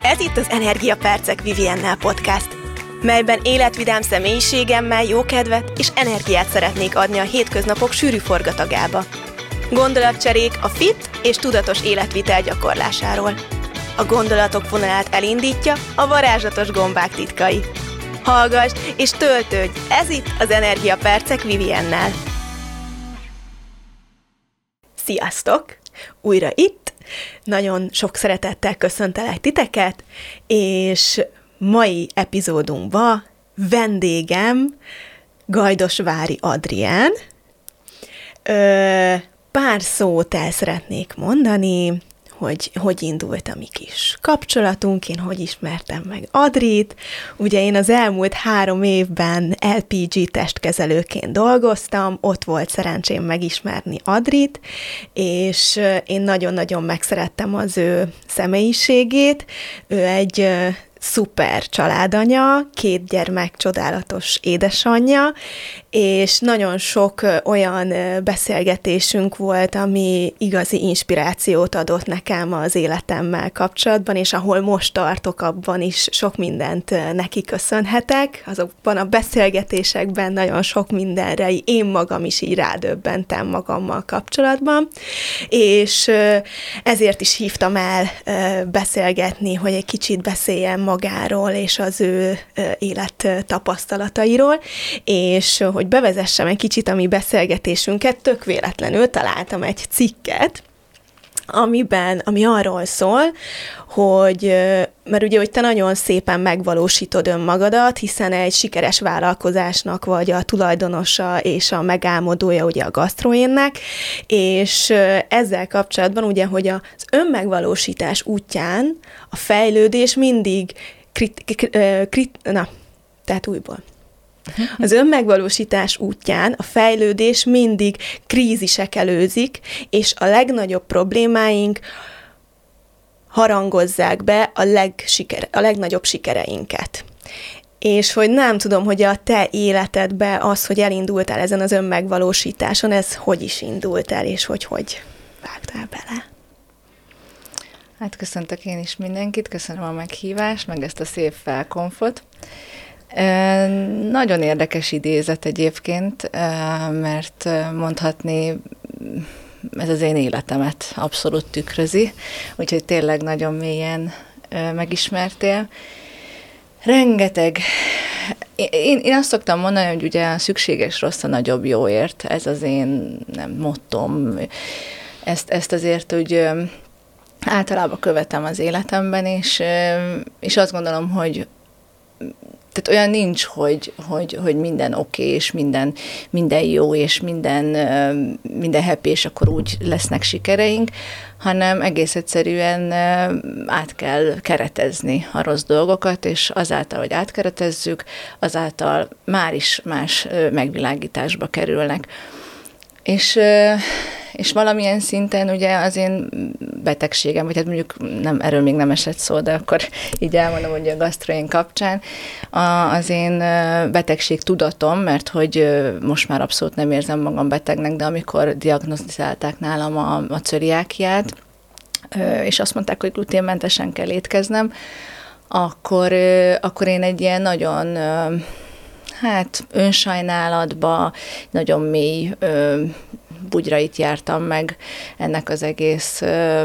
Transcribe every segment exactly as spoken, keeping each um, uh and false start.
Ez itt az Energiapercek Viviennel podcast, melyben életvidám személyiségemmel jókedvet és energiát szeretnék adni a hétköznapok sűrű forgatagába. Gondolatcserék a fit és tudatos életvitel gyakorlásáról. A gondolatok vonalát elindítja a varázslatos gombák titkai. Hallgass és töltődj, ez itt az Energiapercek Viviennel. Sziasztok! Újra itt, nagyon sok szeretettel köszöntelek titeket, és mai epizódunkban vendégem Gajdosvári Adrián. Ö, pár szót el szeretnék mondani, hogy hogy indult a mi kis kapcsolatunk, én hogy ismertem meg Adrit. Ugye én az elmúlt három évben el pé gé testkezelőként dolgoztam, ott volt szerencsém megismerni Adrit, és én nagyon-nagyon megszerettem az ő személyiségét. Ő egy szuper családanya, két gyermek csodálatos édesanyja, és nagyon sok olyan beszélgetésünk volt, ami igazi inspirációt adott nekem az életemmel kapcsolatban, és ahol most tartok, abban is sok mindent neki köszönhetek. Azokban a beszélgetésekben nagyon sok mindenre én magam is így rádöbbentem magammal kapcsolatban, és ezért is hívtam el beszélgetni, hogy egy kicsit beszéljem magáról és az ő élettapasztalatairól, és hogy bevezessem egy kicsit a mi beszélgetésünket, tök véletlenül találtam egy cikket, amiben, ami arról szól, hogy, mert ugye, hogy te nagyon szépen megvalósítod önmagadat, hiszen egy sikeres vállalkozásnak vagy a tulajdonosa és a megálmodója ugye a Gastroénnek, és ezzel kapcsolatban ugye, hogy az önmegvalósítás útján a fejlődés mindig krit, krit, krit, na, tehát újból. Az önmegvalósítás útján a fejlődés mindig krízisek előzik, és a legnagyobb problémáink harangozzák be a, legsiker, a legnagyobb sikereinket. És hogy nem tudom, hogy a te életedben az, hogy elindultál ezen az önmegvalósításon, ez hogy is indult el, és hogy hogy vágtál bele? Hát köszöntök én is mindenkit, köszönöm a meghívást, meg ezt a szép felkonfot. E, nagyon érdekes idézet egyébként, e, mert mondhatni, ez az én életemet abszolút tükrözi, úgyhogy tényleg nagyon mélyen e, megismertél. Rengeteg, én, én azt szoktam mondani, hogy ugye a szükséges rossz a nagyobb jóért, ez az én nem mottom, ezt, ezt azért úgy általában követem az életemben, és, és azt gondolom, hogy tehát olyan nincs, hogy, hogy, hogy minden oké, okay, és minden, minden jó, és minden, minden happy, és akkor úgy lesznek sikereink, hanem egész egyszerűen át kell keretezni a rossz dolgokat, és azáltal, hogy átkeretezzük, azáltal már is más megvilágításba kerülnek. És, és valamilyen szinten ugye az én betegségem, vagy hát mondjuk nem, erről még nem esett szó, de akkor így elmondom, hogy a Gastroén kapcsán az én betegség tudatom, mert hogy most már abszolút nem érzem magam betegnek, de amikor diagnosztizálták nálam a, a cöliákiát, és azt mondták, hogy gluténmentesen kell étkeznem, akkor, akkor én egy ilyen nagyon... hát önsajnálatba, nagyon mély ö, bugyrait jártam meg ennek az egész ö,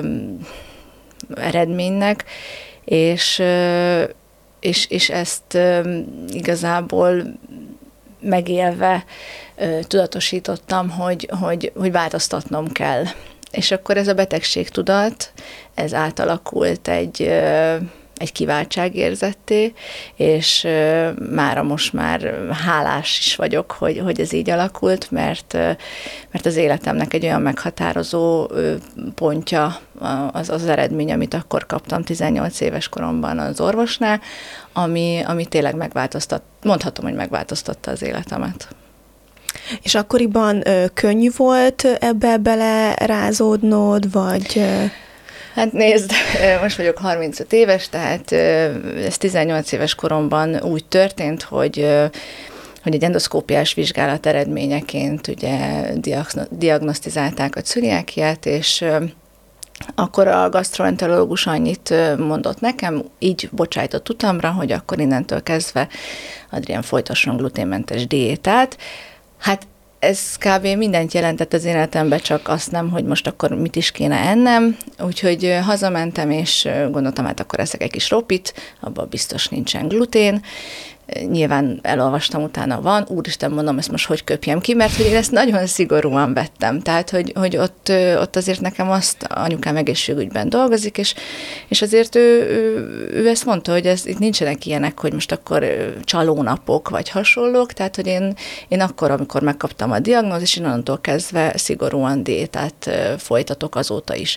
eredménynek, és, ö, és, és ezt ö, igazából megélve ö, tudatosítottam, hogy, hogy, hogy változtatnom kell. És akkor ez a betegségtudat, ez átalakult egy... Ö, egy kiváltságérzetté, és mára most már hálás is vagyok, hogy, hogy ez így alakult, mert, mert az életemnek egy olyan meghatározó pontja az az eredmény, amit akkor kaptam tizennyolc éves koromban az orvosnál, ami, ami tényleg megváltoztat, mondhatom, hogy megváltoztatta az életemet. És akkoriban ö, könnyű volt ebbe belerázódnod, vagy... Ö... Hát nézd, most vagyok harmincöt éves, tehát ez tizennyolc éves koromban úgy történt, hogy, hogy egy endoszkópiás vizsgálat eredményeként ugye diagnosztizálták a cöliákiát, és akkor a gasztroenterológus annyit mondott nekem, így bocsájtott utamra, hogy akkor innentől kezdve Adrián folytasson gluténmentes diétát. Hát ez kb. Mindent jelentett az életemben, csak azt nem, hogy most akkor mit is kéne ennem. Úgyhogy hazamentem, és gondoltam, hát akkor eszek egy kis ropit, abban biztos nincsen glutén. Nyilván elolvastam, utána van, úristen, mondom, ezt most hogy köpjem ki, mert hogy én ezt nagyon szigorúan vettem. Tehát, hogy, hogy ott, ott azért nekem azt, anyukám egészségügyben dolgozik, és, és azért ő, ő, ő ezt mondta, hogy ez, itt nincsenek ilyenek, hogy most akkor csalónapok, vagy hasonlók, tehát, hogy én, én akkor, amikor megkaptam a diagnózist, én onnantól kezdve szigorúan diétát folytatok azóta is.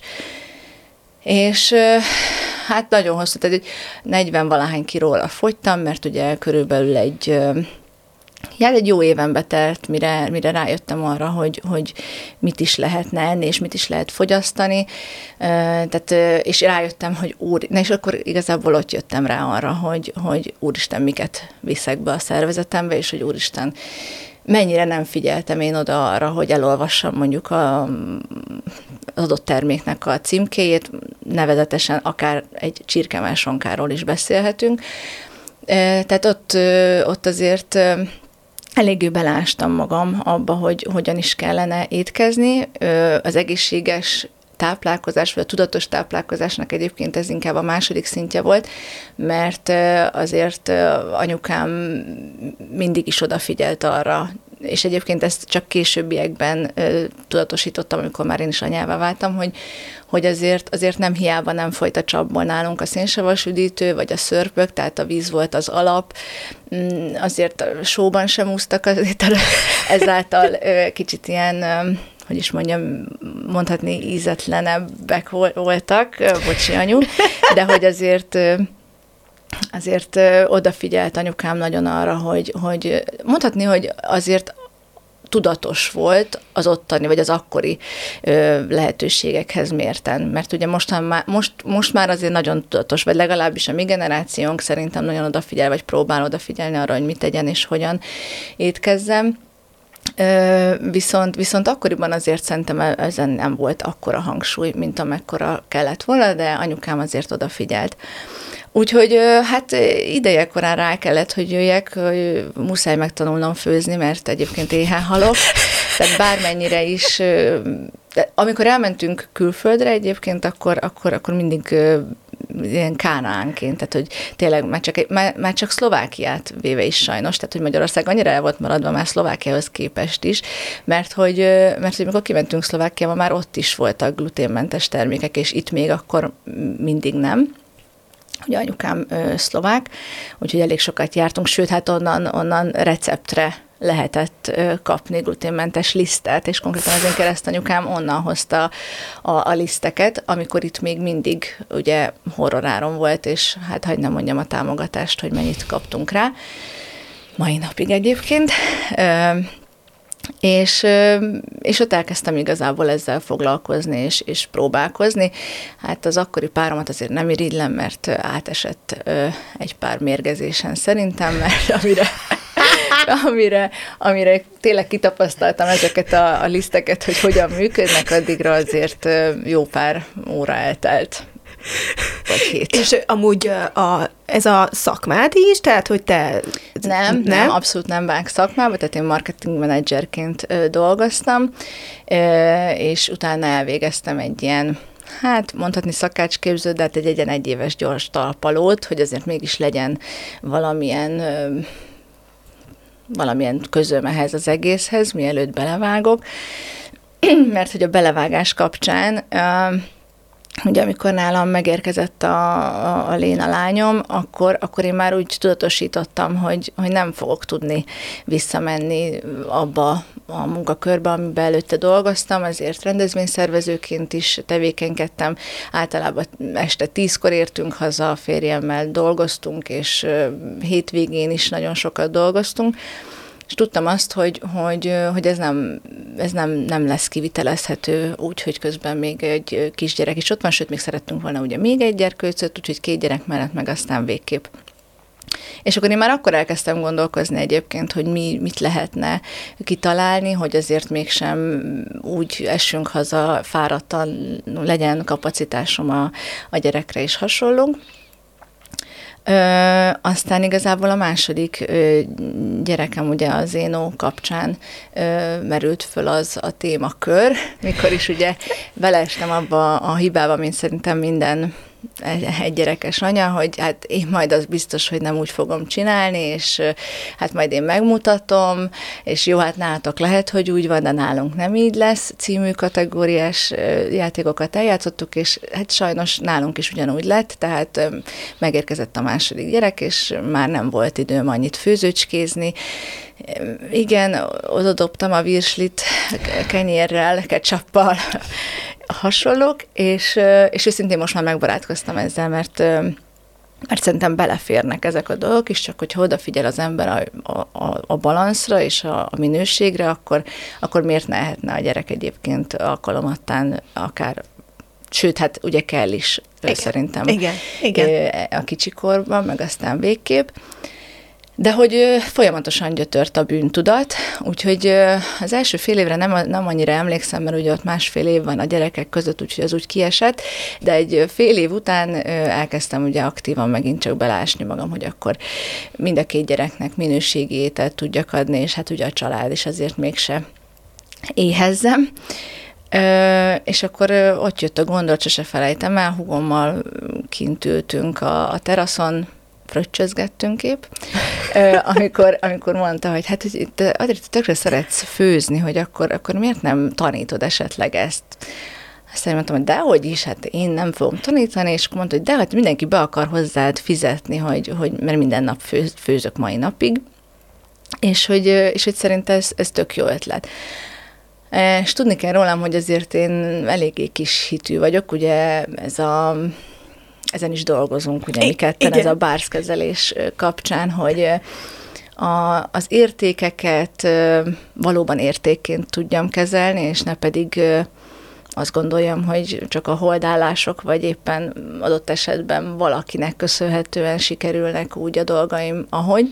És hát nagyon hosszú, tehát egy negyven-valahány kilóra fogytam, mert ugye körülbelül egy, já, egy jó éven betelt, mire, mire rájöttem arra, hogy, hogy mit is lehetne enni, és mit is lehet fogyasztani, tehát, és rájöttem, hogy úr, na és akkor igazából ott jöttem rá arra, hogy, hogy úristen, miket viszek be a szervezetembe, és hogy úristen, mennyire nem figyeltem én oda arra, hogy elolvassam mondjuk a, az adott terméknek a címkéjét, nevezetesen akár egy csirkemásonkáról is beszélhetünk. Tehát ott, ott azért eléggé belástam magam abba, hogy hogyan is kellene étkezni. Az egészséges táplálkozás, vagy a tudatos táplálkozásnak egyébként ez inkább a második szintje volt, mert azért anyukám mindig is odafigyelt arra, és egyébként ezt csak későbbiekben ö, tudatosítottam, amikor már én is anyává váltam, hogy, hogy azért, azért nem hiába nem folyt a csapból nálunk a szénsavas üdítő, vagy a szörpök, tehát a víz volt az alap, azért a sóban sem úsztak, azért ezáltal ö, kicsit ilyen, ö, hogy is mondjam, mondhatni ízetlenebbek voltak, bocsi anyu, de hogy azért... Ö, Azért ö, odafigyelt anyukám nagyon arra, hogy, hogy mondhatni, hogy azért tudatos volt az ottani, vagy az akkori ö, lehetőségekhez mérten. Mert ugye mostan már, most, most már azért nagyon tudatos, vagy legalábbis a mi generációnk szerintem nagyon odafigyel, vagy próbál odafigyelni arra, hogy mit tegyen és hogyan étkezzem. Ö, viszont, viszont akkoriban azért szerintem ezen nem volt akkora hangsúly, mint amekkora kellett volna, de anyukám azért odafigyelt. Úgyhogy hát ideje korán rá kellett, hogy jöjjek, hogy muszáj megtanulnom főzni, mert egyébként éhen halok. Tehát bármennyire is, de amikor elmentünk külföldre egyébként, akkor, akkor, akkor mindig ilyen kánaánként, tehát hogy tényleg már csak, már, már csak Szlovákiát véve is sajnos, tehát hogy Magyarország annyira el volt maradva már Szlovákiához képest is, mert hogy, mert hogy amikor kimentünk Szlovákiába, már ott is voltak gluténmentes termékek, és itt még akkor mindig nem. Ugye anyukám ö, szlovák, úgyhogy elég sokat jártunk, sőt, hát onnan, onnan receptre lehetett ö, kapni gluténmentes lisztet, és konkrétan az én keresztanyukám onnan hozta a, a liszteket, amikor itt még mindig ugye horroráron volt, és hát hadd nem mondjam a támogatást, hogy mennyit kaptunk rá. Mai napig egyébként. Ö, És, és ott elkezdtem igazából ezzel foglalkozni és, és próbálkozni. Hát az akkori páromat azért nem irigylem, mert átesett egy pár mérgezésen szerintem, mert amire, amire, amire tényleg kitapasztaltam ezeket a, a liszteket, hogy hogyan működnek, addigra azért jó pár óra eltelt. Vagy hét. És amúgy a, ez a szakmád is, tehát hogy te... Nem, nem, nem abszolút nem vág szakmába, tehát én marketing menedzserként dolgoztam, és utána elvégeztem egy ilyen, hát mondhatni szakácsképző, de hát egy egyen egyéves gyors talpalót, hogy azért mégis legyen valamilyen, valamilyen közöm ehhez az egészhez, mielőtt belevágok, mert hogy a belevágás kapcsán... Ugye amikor nálam megérkezett a, a, a Léna lányom, akkor, akkor én már úgy tudatosítottam, hogy, hogy nem fogok tudni visszamenni abba a munkakörbe, amiben előtte dolgoztam, ezért rendezvényszervezőként is tevékenykedtem. Általában este tízkor értünk haza, a férjemmel dolgoztunk, és hétvégén is nagyon sokat dolgoztunk. És tudtam azt, hogy, hogy, hogy ez, nem, ez nem, nem lesz kivitelezhető úgy, hogy közben még egy kisgyerek is ott van, sőt, még szerettünk volna ugye még egy gyerkőcöt, úgyhogy két gyerek mellett meg aztán végképp. És akkor én már akkor elkezdtem gondolkozni egyébként, hogy mi, mit lehetne kitalálni, hogy azért mégsem úgy essünk haza fáradtan, legyen kapacitásom a, a gyerekre is hasonló. Ö, aztán igazából a második ö, gyerekem ugye az Zénó kapcsán ö, merült föl az a témakör, mikor is ugye beleestem abba a hibába, mint szerintem minden egy, egy gyerekes anya, hogy hát én majd az biztos, hogy nem úgy fogom csinálni, és hát majd én megmutatom, és jó, hát nálatok lehet, hogy úgy van, de nálunk nem így lesz, című kategóriás játékokat eljátszottuk, és hát sajnos nálunk is ugyanúgy lett, tehát megérkezett a második gyerek, és már nem volt időm annyit főzőcskézni. Igen, oda dobtam a virslit kenyérrel, ketchuppal, hasonlók, és, és őszintén most már megbarátkoztam ezzel, mert, mert szerintem beleférnek ezek a dolgok is, csak hogyha odafigyel az ember a, a, a balanszra és a, a minőségre, akkor, akkor miért ne lehetne a gyerek egyébként alkalomattán akár, sőt, hát ugye kell is igen, szerintem igen, igen. a kicsikorban, meg aztán végképp. De hogy folyamatosan gyötört a bűntudat, úgyhogy az első fél évre nem, nem annyira emlékszem, mert ugye ott másfél év van a gyerekek között, úgyhogy az úgy kiesett, de egy fél év után elkezdtem ugye aktívan megint csak belásni magam, hogy akkor mind a két gyereknek minőségi ételt tudjak adni, és hát ugye a család is azért mégse éhezzem. Ö, és akkor ö, ott jött a gondolat, sose felejtem el, húgommal kint ültünk a, a teraszon, fröccsözgettünk épp, amikor, amikor mondta, hogy hát, hogy te, Adri, te tökre szeretsz főzni, hogy akkor, akkor miért nem tanítod esetleg ezt? Aztán mondtam, hogy dehogy is, hát én nem fogom tanítani, és akkor mondta, hogy de, hát mindenki be akar hozzád fizetni, hogy, hogy mert minden nap főz, főzök mai napig, és hogy, és hogy szerintem ez, ez tök jó ötlet. És tudni kell rólam, hogy azért én eléggé kis hitű vagyok, ugye ez a ezen is dolgozunk, ugye mi ketten, ez a bárszkezelés kapcsán, hogy a, az értékeket valóban értékként tudjam kezelni, és ne pedig azt gondoljam, hogy csak a holdállások, vagy éppen adott esetben valakinek köszönhetően sikerülnek úgy a dolgaim, ahogy.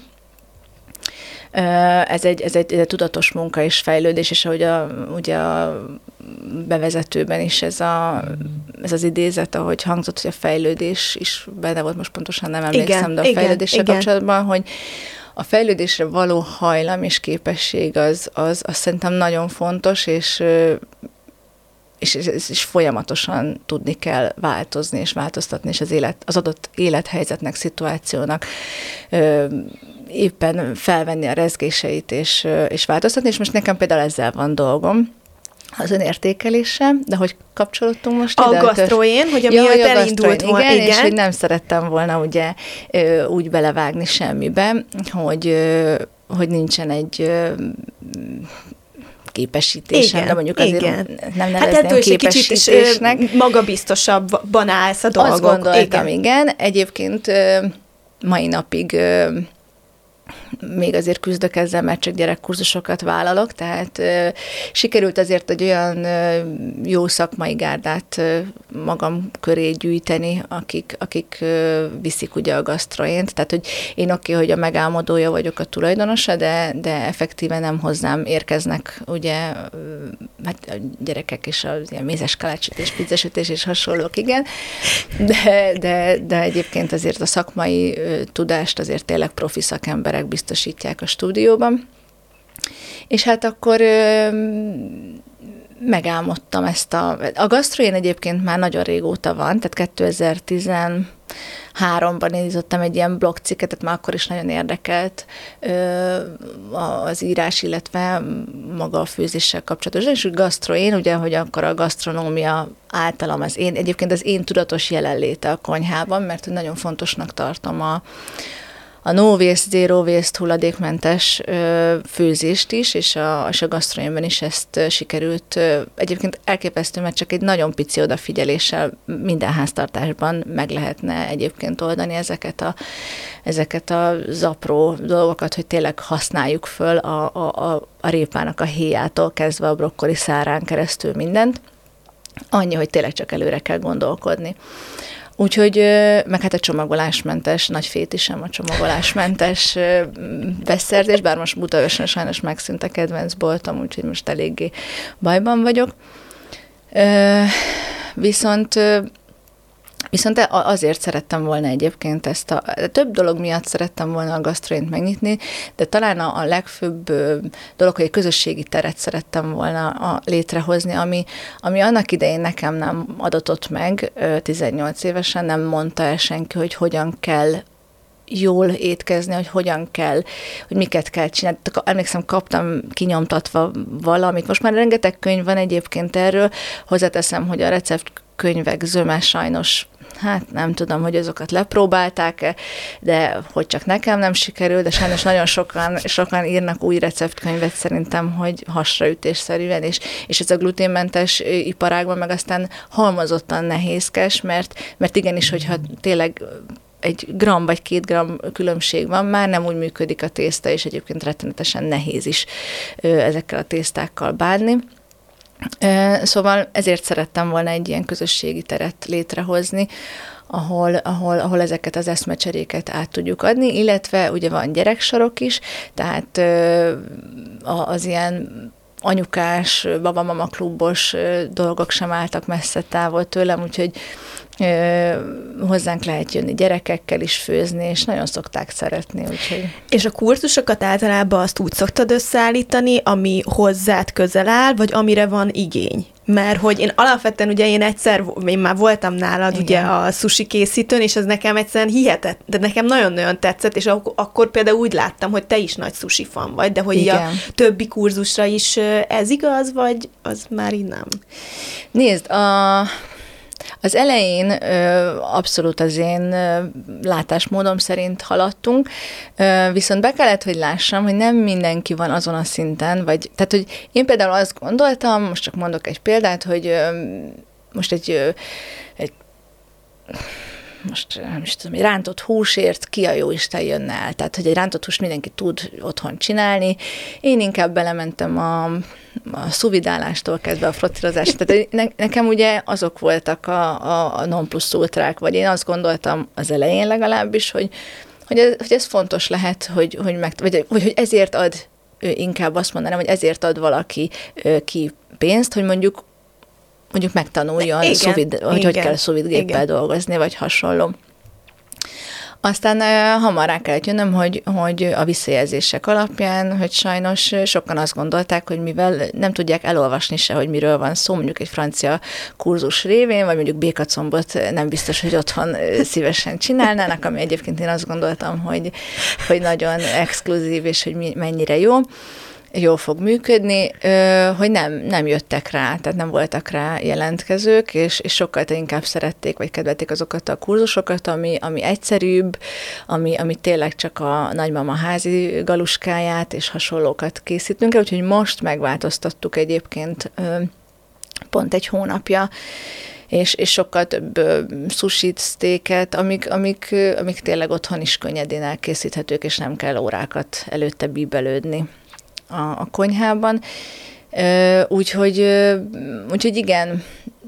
Ez egy, ez, egy, ez egy tudatos munka és fejlődés, és ahogy a, ugye a bevezetőben is ez, a, ez az idézet, ahogy hangzott, hogy a fejlődés is benne volt, most pontosan nem emlékszem, igen, de a fejlődéssel igen, kapcsolatban, igen. Hogy a fejlődésre való hajlam és képesség az, az, az szerintem nagyon fontos, és, és, és, és folyamatosan tudni kell változni és változtatni, és az, élet, az adott élethelyzetnek, szituációnak éppen felvenni a rezgéseit és, és változtatni, és most nekem például ezzel van dolgom, az önértékeléssel, de hogy kapcsolódtunk most a ide? A gasztroén, hogy amiatt ja, elindult volna. Igen, igen, és hogy nem szerettem volna ugye úgy belevágni semmibe, hogy, hogy nincsen egy képesítésem, igen, de mondjuk azért igen. nem nevezném hát képesítésnek. Kicsit magabiztosabban állsz a dolgok. Azt gondoltam, igen. igen. Egyébként mai napig még azért küzdök ezzel, mert csak gyerekkurzusokat vállalok, tehát ö, sikerült azért egy olyan ö, jó szakmai gárdát ö, magam köré gyűjteni, akik, akik ö, viszik ugye a gasztroént, tehát hogy én oké, okay, hogy a megálmodója vagyok, a tulajdonosa, de, de effektíven nem hozzám érkeznek ugye ö, hát a gyerekek és az ilyen mézes kalácsütés, pizzasütés és hasonlók, igen, de, de, de egyébként azért a szakmai ö, tudást azért tényleg profi szakemberek biztosítják a stúdióban. És hát akkor ö, megálmodtam ezt a... A gasztroén egyébként már nagyon régóta van, tehát kétezer-tizenháromban indítottam egy ilyen blogcikket, tehát már akkor is nagyon érdekelt ö, az írás, illetve maga a főzéssel kapcsolatos. És gasztroén, ugye, hogy akkor a gasztronómia általam az én, egyébként az én tudatos jelenléte a konyhában, mert nagyon fontosnak tartom a a no waste, zero waste, hulladékmentes ö, főzést is, és a, és a gasztroénben is ezt ö, sikerült. Ö, egyébként elképesztő, mert csak egy nagyon pici odafigyeléssel minden háztartásban meg lehetne egyébként oldani ezeket a, ezeket a apró dolgokat, hogy tényleg használjuk föl a, a, a, a répának a héjától kezdve a brokkoli szárán keresztül mindent. Annyi, hogy tényleg csak előre kell gondolkodni. Úgyhogy, meg hát a csomagolásmentes, nagy fétisem a csomagolásmentes beszerzés, bár most Budaörsön sajnos megszűnt a kedvenc boltom, úgyhogy most eléggé bajban vagyok. Viszont Viszont azért szerettem volna egyébként ezt a, több dolog miatt szerettem volna a gasztroént megnyitni, de talán a, a legfőbb dolog, hogy egy közösségi teret szerettem volna a, létrehozni, ami, ami annak idején nekem nem adatott meg, tizennyolc évesen nem mondta el senki, hogy hogyan kell jól étkezni, hogy hogyan kell, hogy miket kell csinálni. Emlékszem, kaptam kinyomtatva valamit. Most már rengeteg könyv van egyébként erről. Hozzáteszem, hogy a receptkönyvek zöme sajnos, hát nem tudom, hogy azokat lepróbálták-e, de hogy csak nekem nem sikerül, de sajnos nagyon sokan, sokan írnak új receptkönyvet szerintem, hogy hasraütésszerűen, és, és ez a gluténmentes iparágban meg aztán halmozottan nehézkes, mert, mert igenis, hogyha tényleg egy gram vagy két gram különbség van, már nem úgy működik a tészta, és egyébként rettenetesen nehéz is ezekkel a tésztákkal bánni. Szóval ezért szerettem volna egy ilyen közösségi teret létrehozni, ahol, ahol, ahol ezeket az eszmecseréket át tudjuk adni, illetve ugye van gyereksarok is, tehát az ilyen anyukás, babamama klubos dolgok sem álltak messze távol tőlem, úgyhogy hozzánk lehet jönni gyerekekkel is főzni, és nagyon szokták szeretni. Úgyhogy. És a kurzusokat általában azt úgy szoktad összeállítani, ami hozzád közel áll, vagy amire van igény? Mert hogy én alapvetően ugye én egyszer, én már voltam nálad igen. ugye a sushi készítőn, és az nekem egyszerűen hihetett, de nekem nagyon-nagyon tetszett, és ak- akkor például úgy láttam, hogy te is nagy sushi fan vagy, de hogy igen. a többi kurzusra is ez igaz, vagy az már így nem? Nézd, a... Az elején ö, abszolút az én ö, látásmódom szerint haladtunk, ö, viszont be kellett, hogy lássam, hogy nem mindenki van azon a szinten, vagy, tehát, hogy én például azt gondoltam, most csak mondok egy példát, hogy ö, most egy, ö, egy most nem is tudom, egy rántott húsért ki a jóisten jönne el. Tehát, hogy egy rántott húst mindenki tud otthon csinálni. Én inkább belementem a, a szuvidálástól kezdve a frottírozásra. Tehát ne, nekem ugye azok voltak a, a, a non plus ultrák, vagy én azt gondoltam az elején legalábbis, hogy, hogy, ez, hogy ez fontos lehet, hogy, hogy, meg, vagy, vagy hogy ezért ad, inkább azt mondanám, hogy ezért ad valaki ki pénzt, hogy mondjuk mondjuk megtanuljon, igen, szuvid, hogy igen, hogy kell sous-vide géppel dolgozni, vagy hasonló. Aztán uh, hamar rá kellett jönnöm, hogy, hogy a visszajelzések alapján, hogy sajnos sokan azt gondolták, hogy mivel nem tudják elolvasni se, hogy miről van szó, mondjuk egy francia kurzus révén, vagy mondjuk békacombot nem biztos, hogy otthon szívesen csinálnának, ami egyébként én azt gondoltam, hogy, hogy nagyon exkluzív, és hogy mi, mennyire jó. jól fog működni, hogy nem, nem jöttek rá, tehát nem voltak rá jelentkezők, és, és sokkal inkább szerették, vagy kedvelték azokat a kurzusokat, ami, ami egyszerűbb, ami, ami tényleg csak a nagymama házi galuskáját és hasonlókat készítünk el, úgyhogy most megváltoztattuk egyébként pont egy hónapja, és, és sokkal több sushit, steaket, amik, amik, amik tényleg otthon is könnyedén elkészíthetők, és nem kell órákat előtte bíbelődni a, a konyhában. Úgyhogy, úgyhogy igen,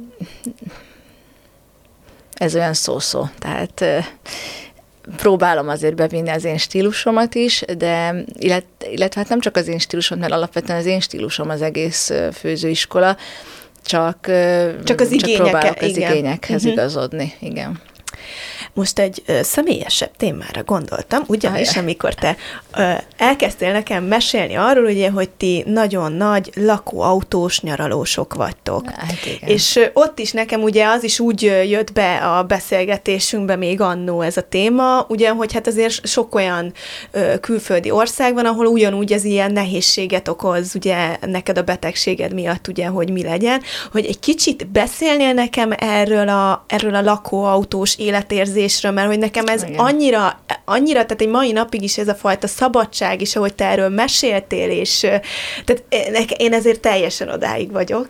ez olyan szó-szó. Tehát próbálom azért bevinni az én stílusomat is, de illetve, illetve hát nem csak az én stílusom, mert alapvetően az én stílusom az egész főzőiskola, csak, csak, az csak próbálok az igen. igényekhez uh-huh. igazodni. Igen. Most egy ö, személyesebb témára gondoltam, ugyanis Ajaj. amikor te ö, elkezdtél nekem mesélni arról, ugye, hogy ti nagyon nagy lakóautós nyaralósok vagytok. Hát igen. És ö, ott is nekem ugye az is úgy ö, jött be a beszélgetésünkbe még annó ez a téma, ugye, hogy hát azért sok olyan ö, külföldi ország van, ahol ugyanúgy ez ilyen nehézséget okoz, ugye, neked a betegséged miatt, ugye, hogy mi legyen, hogy egy kicsit beszélnél nekem erről a, erről a lakóautós életérzésről, mert hogy nekem ez Igen. annyira, annyira, tehát egy mai napig is ez a fajta szabadság is, ahogy te erről meséltél, és tehát én ezért teljesen odáig vagyok.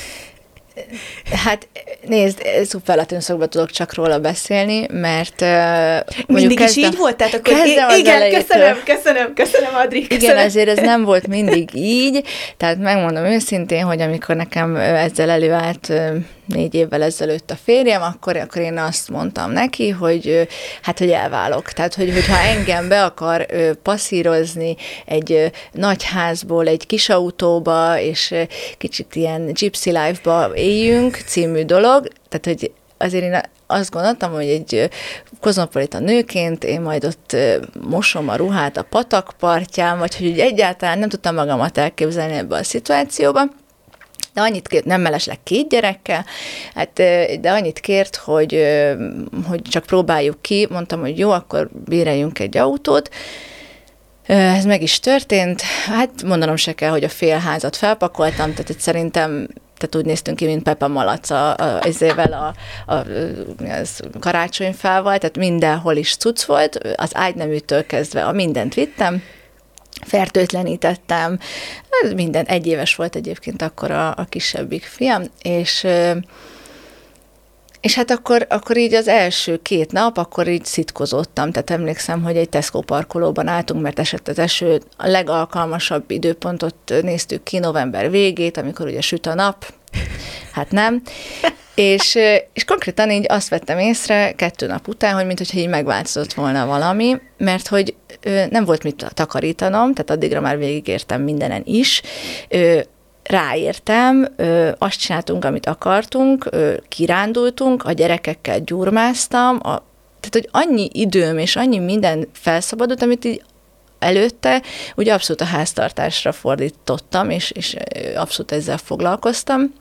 Hát nézd, szuperlatínszakban tudok csak róla beszélni, mert uh, mindig is így volt? Tehát akkor én, igen, elejétől. köszönöm, köszönöm, köszönöm, Adri, köszönöm. Igen, azért ez nem volt mindig így, tehát megmondom őszintén, hogy amikor nekem ezzel előállt négy évvel ezelőtt a férjem, akkor, akkor én azt mondtam neki, hogy hát, hogy elválok. Tehát, hogy, hogyha engem be akar passzírozni egy nagy házból, egy kis autóba, és kicsit ilyen gypsy life-ba éljünk című dolog, tehát, hogy azért én azt gondoltam, hogy egy kozmopolita nőként én majd ott mosom a ruhát a patak partján, vagy hogy egyáltalán nem tudtam magamat elképzelni ebbe a szituációba. De annyit kért, nem mellesleg két gyerekkel, hát, de annyit kért, hogy, hogy csak próbáljuk ki. Mondtam, hogy jó, akkor béreljünk egy autót. Ez meg is történt. Hát mondanom se kell, hogy a fél házat felpakoltam, tehát szerintem tehát úgy néztünk ki, mint Pepa Malac a, a, ezével a, a, az karácsonyfával, tehát mindenhol is cucc volt, az ágyneműtől kezdve a mindent vittem, fertőtlenítettem, minden, egy éves volt egyébként akkor a, a kisebbik fiam, és, és hát akkor, akkor így az első két nap, akkor így szitkozottam, tehát emlékszem, hogy egy Tesco parkolóban álltunk, mert esett az eső, a legalkalmasabb időpontot néztük ki, november végét, amikor ugye süt a nap, hát nem, és, és konkrétan így azt vettem észre kettő nap után, hogy mintha így megváltozott volna valami, mert hogy nem volt mit takarítanom, tehát addigra már végigértem mindenen is, ráértem, azt csináltunk, amit akartunk, kirándultunk, a gyerekekkel gyurmáztam, a, tehát hogy annyi időm és annyi minden felszabadult, amit így előtte ugye abszolút a háztartásra fordítottam, és, és abszolút ezzel foglalkoztam,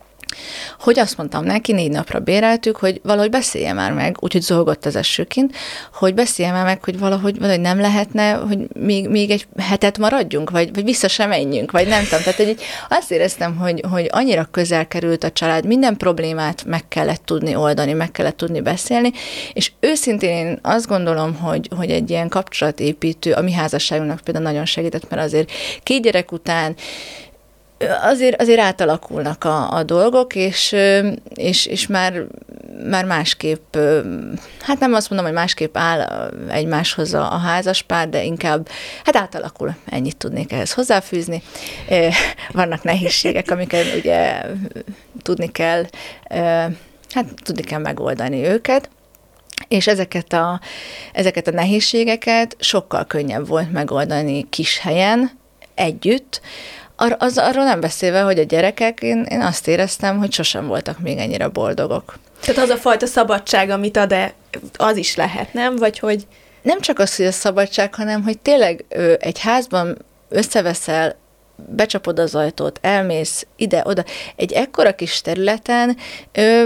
hogy azt mondtam neki, négy napra béreltük, hogy valahogy beszélje már meg, úgyhogy zolgott az esőként, hogy beszélje már meg, hogy valahogy, valahogy nem lehetne, hogy még, még egy hetet maradjunk, vagy, vagy vissza sem menjünk, vagy nem tudom. Tehát hogy azt éreztem, hogy, hogy annyira közel került a család, minden problémát meg kellett tudni oldani, meg kellett tudni beszélni, és őszintén én azt gondolom, hogy, hogy egy ilyen kapcsolatépítő, a mi házasságunknak például nagyon segített, mert azért két gyerek után Azért, azért átalakulnak a, a dolgok, és, és, és már, már másképp, hát nem azt mondom, hogy másképp áll egymáshoz a, a házaspár, de inkább, hát átalakul, ennyit tudnék ehhez hozzáfűzni. Vannak nehézségek, amiket ugye tudni kell, hát tudni kell megoldani őket, és ezeket a, ezeket a nehézségeket sokkal könnyebb volt megoldani kis helyen, együtt. Ar- az, arról nem beszélve, hogy a gyerekek, én, én azt éreztem, hogy sosem voltak még ennyire boldogok. Tehát az a fajta szabadság, amit ad, az is lehet, nem? Vagy hogy... Nem csak az, hogy a szabadság, hanem hogy tényleg ö, egy házban összeveszel, becsapod az ajtót, elmész ide-oda. Egy ekkora kis területen ö,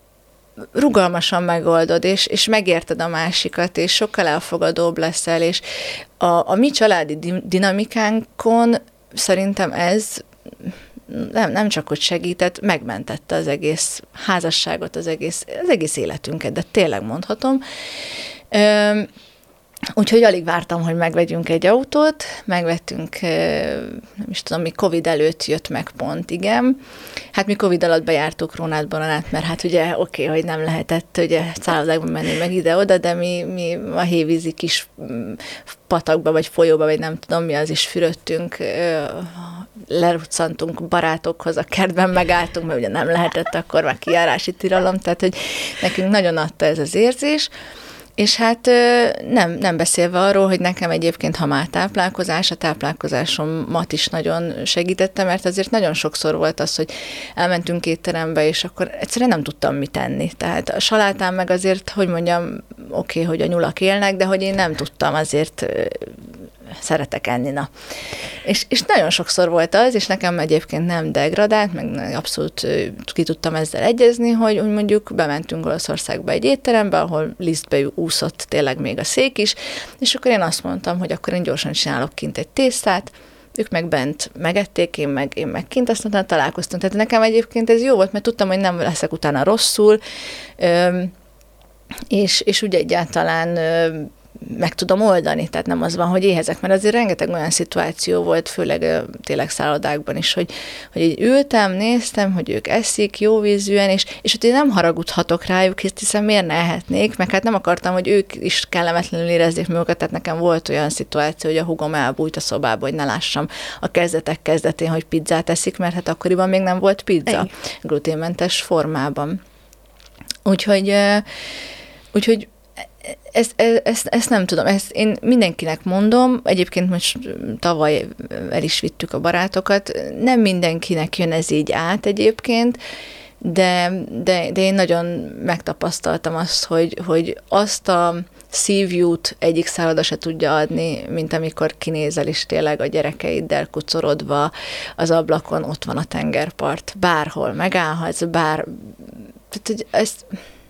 rugalmasan megoldod, és, és megérted a másikat, és sokkal elfogadóbb leszel, és a, a mi családi dinamikánkon szerintem ez nem, nem csak hogy segített, megmentette az egész házasságot, az egész, az egész életünket, de tényleg mondhatom. Üm, Úgyhogy alig vártam, hogy megvegyünk egy autót, megvettünk, nem is tudom, mi Covid előtt jött meg pont, igen. Hát mi Covid alatt bejártuk Rónát-Bananát, mert hát ugye oké, okay, hogy nem lehetett ugye szállodákban menni meg ide-oda, de mi, mi a hévízi kis patakba, vagy folyóba, vagy nem tudom mi, az is fürödtünk, leruccantunk barátokhoz, a kertben megálltunk, mert ugye nem lehetett akkor már kijárási tilalom, tehát hogy nekünk nagyon adta ez az érzés. És hát nem, nem beszélve arról, hogy nekem egyébként, ha már táplálkozás, a táplálkozásomat is nagyon segítette, mert azért nagyon sokszor volt az, hogy elmentünk étterembe, és akkor egyszerűen nem tudtam mit tenni. Tehát a salátán meg azért, hogy mondjam, oké, okay, hogy a nyulak élnek, de hogy én nem tudtam, azért szeretek enni, na. És, és nagyon sokszor volt az, és nekem egyébként nem degradált, meg abszolút ki tudtam ezzel egyezni, hogy úgy mondjuk bementünk Olaszországba egy étterembe, ahol lisztbe úszott tényleg még a szék is, és akkor én azt mondtam, hogy akkor én gyorsan csinálok kint egy tésztát, ők meg bent megették, én meg, én meg kint, azt mondtam, találkoztunk. Tehát nekem egyébként ez jó volt, mert tudtam, hogy nem leszek utána rosszul, és, és úgy egyáltalán meg tudom oldani, tehát nem az van, hogy éhezek, mert azért rengeteg olyan szituáció volt, főleg tényleg szállodákban is, hogy, hogy így ültem, néztem, hogy ők eszik jó vízűen, és, és hogy én nem haragudhatok rájuk, hiszen miért ne ehetnék, meg hát nem akartam, hogy ők is kellemetlenül érezzék magukat, tehát nekem volt olyan szituáció, hogy a húgom elbújt a szobába, hogy ne lássam a kezdetek kezdetén, hogy pizzát eszik, mert hát akkoriban még nem volt pizza Egy. gluténmentes formában. Úgyhogy, úgyhogy Ezt, ezt, ezt nem tudom, ezt én mindenkinek mondom, egyébként most tavaly el is vittük a barátokat, nem mindenkinek jön ez így át egyébként, de, de, de én nagyon megtapasztaltam azt, hogy, hogy azt a szívjút egyik szálloda se tudja adni, mint amikor kinézel is tényleg a gyerekeiddel kucorodva az ablakon, ott van a tengerpart, bárhol megállhatsz, bár... Tehát, hogy ezt...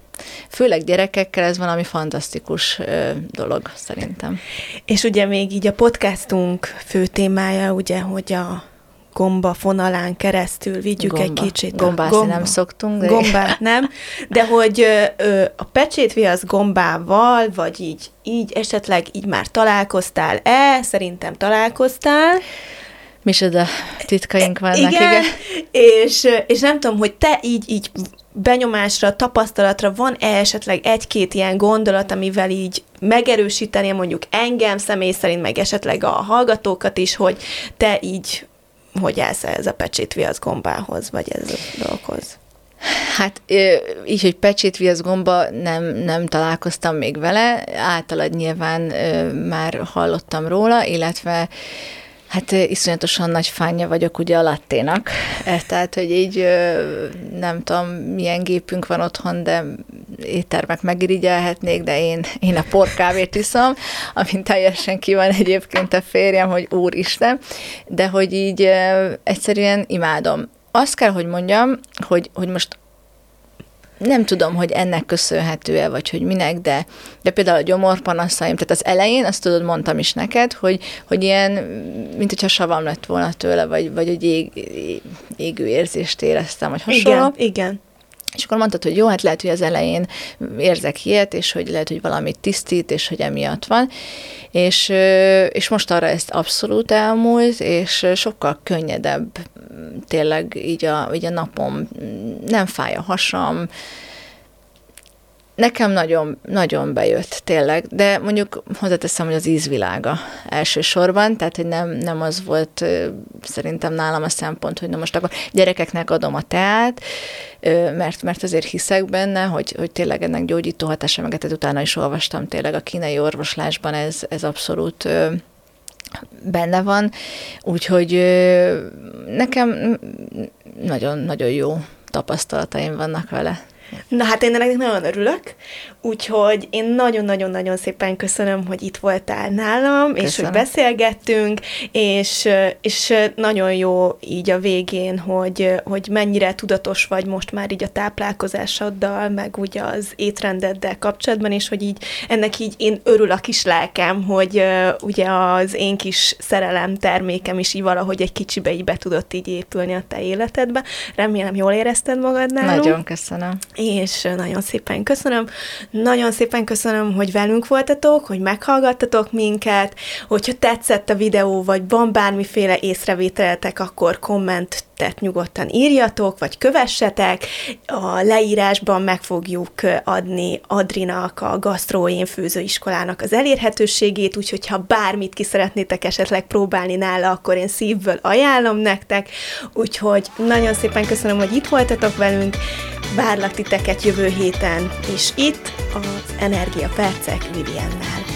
Főleg gyerekekkel ez valami fantasztikus ö, dolog, szerintem. És ugye még így a podcastunk fő témája, ugye, hogy a gomba fonalán keresztül vigyük gomba. egy kicsit. Gombászni gomba. nem szoktunk. De... Gombát nem, de hogy ö, a pecsétviasz gombával, vagy így, így esetleg így már találkoztál-e? Szerintem találkoztál. Micsoda titkaink vannak, igen. igen. És, és nem tudom, hogy te így, így benyomásra, tapasztalatra van-e esetleg egy-két ilyen gondolat, amivel így megerősítenie mondjuk engem személy szerint, meg esetleg a hallgatókat is, hogy te így hogy állsz ez a pecsétviasz gombához, vagy ez a dolghoz? Hát így, hogy pecsétviasz gomba, nem, nem találkoztam még vele, általad nyilván már hallottam róla, illetve hát iszonyatosan nagy fánja vagyok ugye a latténak, tehát, hogy így nem tudom, milyen gépünk van otthon, de éttermek megirigyelhetnék, de én, én a porkávét iszom, amin teljesen ki van egyébként a férjem, hogy úristen, de hogy így egyszerűen imádom. Azt kell, hogy mondjam, hogy, hogy most nem tudom, hogy ennek köszönhető-e, vagy hogy minek, de, de például a gyomorpanaszaim, tehát az elején, azt tudod, mondtam is neked, hogy, hogy ilyen, mint hogyha savam lett volna tőle, vagy, vagy hogy ég, égő érzést éreztem, vagy hasonló. Igen, igen. És akkor mondtad, hogy jó, hát lehet, hogy az elején érzek ilyet, és hogy lehet, hogy valamit tisztít, és hogy emiatt van. És, és most arra ezt abszolút elmúlt, és sokkal könnyedebb tényleg így a, így a napom, nem fáj a hasam. Nekem nagyon, nagyon bejött tényleg, de mondjuk hozzáteszem, hogy az ízvilága elsősorban, tehát hogy nem, nem az volt szerintem nálam a szempont, hogy na most akkor gyerekeknek adom a teát, mert, mert azért hiszek benne, hogy, hogy tényleg ennek gyógyító hatása, meg tehát utána is olvastam tényleg a kínai orvoslásban, ez, ez abszolút benne van, úgyhogy nekem nagyon-nagyon jó tapasztalataim vannak vele. Na hát én ennek nagyon örülök, úgyhogy én nagyon-nagyon-nagyon szépen köszönöm, hogy itt voltál nálam, köszönöm. És hogy beszélgettünk, és, és nagyon jó így a végén, hogy, hogy mennyire tudatos vagy most már így a táplálkozásoddal, meg ugye az étrendeddel kapcsolatban, és hogy így ennek így én örül a kis lelkem, hogy ugye az én kis szerelem termékem is így valahogy egy kicsibe így be tudott így épülni a te életedbe. Remélem jól érezted magad nálunk. Nagyon köszönöm. És nagyon szépen köszönöm. Nagyon szépen köszönöm, hogy velünk voltatok, hogy meghallgattatok minket, hogyha tetszett a videó, vagy van bármiféle észrevételetek, akkor kommentet nyugodtan írjatok, vagy kövessetek. A leírásban meg fogjuk adni Adrinak, a Gasztróén főzőiskolának az elérhetőségét, úgyhogy ha bármit ki szeretnétek esetleg próbálni nála, akkor én szívből ajánlom nektek. Úgyhogy nagyon szépen köszönöm, hogy itt voltatok velünk. Várlak titeket jövő héten is itt, az Energiapercek Viviennel.